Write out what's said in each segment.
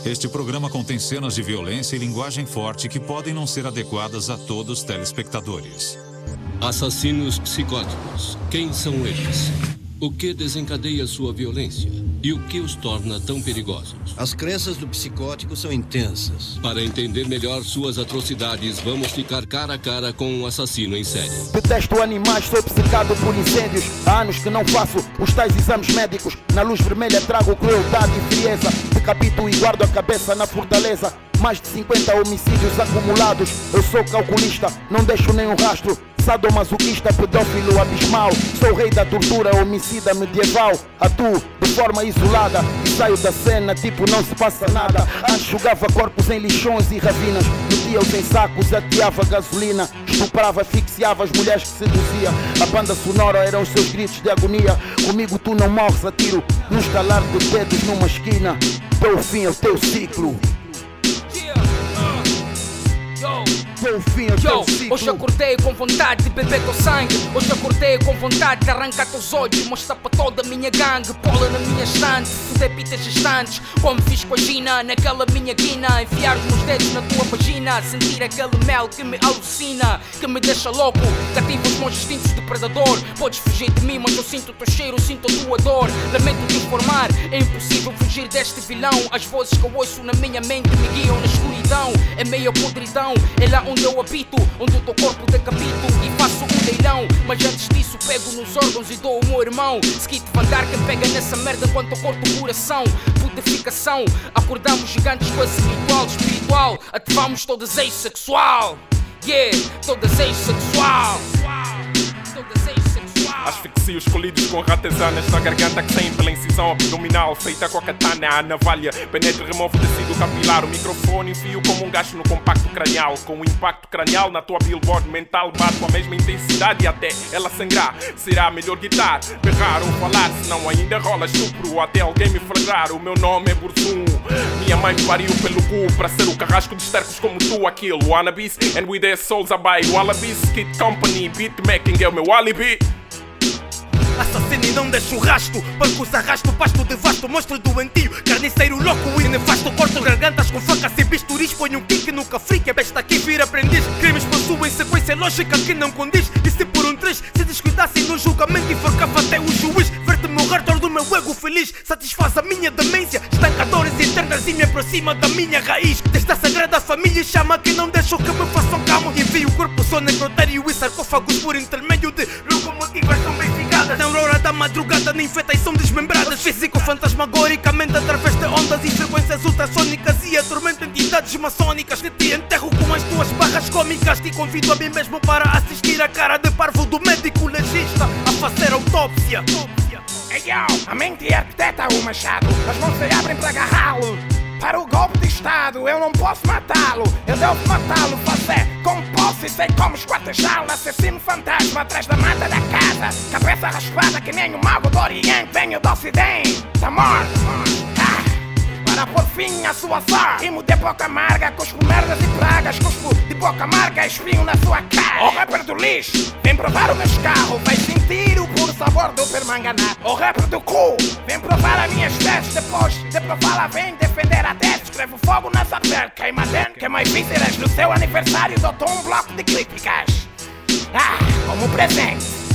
Este programa contém cenas de violência e linguagem forte que podem não ser adequadas a todos os telespectadores. Assassinos psicóticos. Quem são eles? O que desencadeia sua violência? E o que os torna tão perigosos? As crenças do psicótico são intensas. Para entender melhor suas atrocidades, vamos ficar cara a cara com um assassino em série. Detesto animais, sou obcecado por incêndios. Há anos que não faço os tais exames médicos. Na luz vermelha trago crueldade e frieza. Decapito e guardo a cabeça na fortaleza. Mais de 50 homicídios acumulados. Eu sou calculista, não deixo nenhum rastro. Sadomasoquista, pedófilo abismal. Sou o rei da tortura, homicida medieval. Atuo de forma isolada e saio da cena tipo não se passa nada. Antes jogava corpos em lixões e ravinas, metia-os em sacos, ateava gasolina, estuprava, asfixiava as mulheres que seduzia. A banda sonora eram os seus gritos de agonia. Comigo tu não morres a tiro, num estalar de dedos numa esquina. Dou fim ao teu ciclo. Hoje acordei com vontade de beber teu sangue. Hoje acordei com vontade de arrancar teus olhos e mostrar para toda a minha gangue. Pola na minha estante, foder pitas gestantes, como fiz com a Gina naquela minha guina. Enfiar os meus dedos na tua vagina, sentir aquele mel que me alucina, que me deixa louco, cativa os meus instintos de predador. Podes fugir de mim, mas eu sinto o teu cheiro, sinto a tua dor. Lamento te informar, é impossível fugir deste vilão. As vozes que eu ouço na minha mente me guiam na escuridão. É meia podridão, é lá onde eu habito, onde o teu corpo decapito e faço um leilão. Mas antes disso pego nos órgãos e dou ao meu irmão. Skit Vandar que pega nessa merda enquanto eu corto o coração. Putificação, acordamos gigantes com esse ritual espiritual. Ativamos todas ex-sexual. Yeah, todas ex-sexual. Todas ex-sexual. Asfixios colhidos com ratazanas na garganta que saem pela incisão abdominal, feita com a katana, a navalha. Penetra e remove o tecido capilar. O microfone enfio como um gacho no compacto cranial. Com o impacto cranial na tua billboard mental, bate com a mesma intensidade até ela sangrar. Será melhor gritar, berrar ou falar, senão ainda rola estupro até alguém me flagrar. O meu nome é Burzum, minha mãe me pariu pelo cu para ser o carrasco de estercos como tu. Aquilo, wannabes, and with their souls I buy wallabies. Kid Company, beatmaking é o meu alibi. Assassino e não deixo rasto, bancos arrasto, pasto devasto, monstro doentio, carniceiro louco e nefasto. Corto gargantas com facas e bisturis, ponho um kick no café que a besta aqui vira aprendiz. Crimes possuem sequência lógica que não condiz. E se por um triz se descuidassem no julgamento, enforcava até o juiz. Verte meu hardcore do meu ego feliz, satisfaz a minha demência. Estancadores internas e me aproxima da minha raiz. Desta sagrada família chama que não deixo que me façam calmo. Envio o corpo só necrotério e sarcófagos por intermédio de locomotivas tão bem ficadas. Na aurora da madrugada nem fetas são desmembradas. Físico fantasmagoricamente através de ondas e frequências ultrassónicas. E atormento entidades maçónicas que te enterro com as tuas barras cômicas. Te convido a mim mesmo para assistir a cara de parvo do médico legista a fazer autópsia. Ei yo, a mente arquiteta o machado, as mãos se abrem para agarrá-lo. Para o golpe de estado eu não posso matá-lo, eu devo matá-lo, fazer como posso e sei como esquartejá-lo. Assassino fantasma atrás da mata da casa, cabeça raspada que nem um mago do oriente. Venho do ocidente, da morte, para pôr fim à sua sorte. Rimo de boca amarga, cuspo merdas e pragas. Cuspo de boca amarga, espinho na sua cara. O rapper do lixo, vem provar o meu escarro. Vai sentir o puro sabor do permanganato. O rapper do cu, vem provar as minhas teses. Depois de prová-la, vem defender a tese. Escrevo fogo na sua pele, queima dentro, queima vísceras. No seu aniversário dou-te um bloco de críticas. Como presente.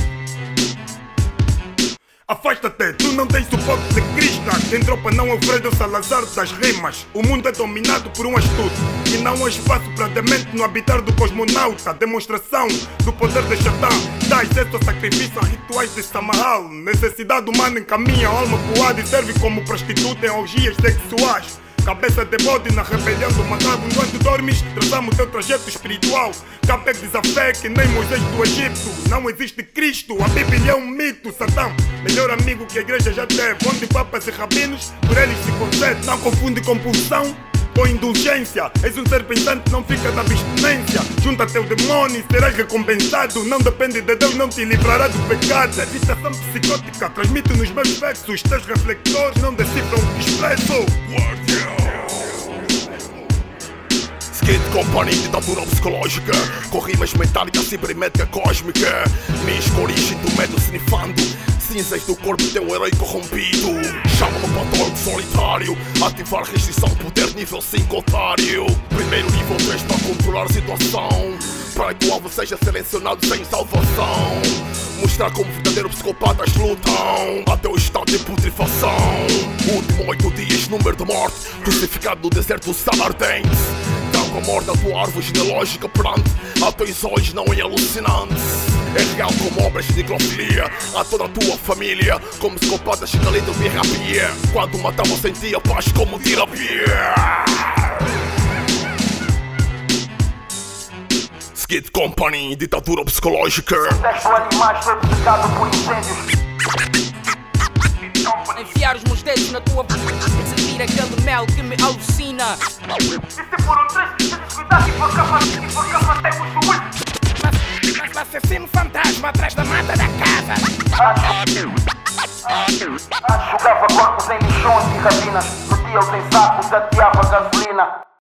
Afasta-te, tu não tens suporte de Krishna. Tem tropa não Alfredo Salazar das rimas. O mundo é dominado por um astuto e não há espaço para demente no habitar do cosmonauta. Demonstração do poder de Satã. Dá excesso a sacrifício a rituais de Samahal. Necessidade humana encaminha a alma pro lado e serve como prostituta em orgias sexuais. Cabeça de bode na rebelião do macaco. Enquanto dormes, traçamos teu trajeto espiritual. Capé diz a fé que nem Moisés do Egito. Não existe Cristo, a Bíblia é um mito. Satã, melhor amigo que a igreja já teve. Onde papas e rabinos, por eles se concede. Não confunde compulsão com indulgência. És um ser pensante, não fica da abstinência. Junta teu demônio e serás recompensado. Não depende de Deus, não te livrará do pecado. Agitação psicótica transmite nos meus versos. Teus reflectores não decifram o que expresso. Skid Company, ditadura psicológica, com rimas metálicas, cibernética cósmica. Mística, origem do medo snifando. Cinzas do corpo de um herói corrompido. Chama-me patólogo solitário. Ativar restrição, poder nível 5, otário. Primeiro nível 3 para controlar a situação, para que o alvo seja selecionado sem salvação. Mostrar como verdadeiros psicopatas lutam até o estado de putrefação. Último 8 dias, número de morte, crucificado no deserto ardente. Trago a morte da tua árvore genealógica perante atenções não em alucinantes. É real como obras de necrofilia a toda a tua família, como psicopatas chegalitos de terapia. Quando matavam sentia paz como terapia. Skid Company, ditadura psicológica. Detesto animais, foi obcecado por incêndios. Enfiar os meus dedos na tua boca, sentir aquele mel que me alucina. E se por um trecho se descuidar e for capaz temos o último. Mas o assassino fantasma atrás da mata da casa. Jogava corpos em lixões e rabinas, metia-os em sacos, ateava gasolina.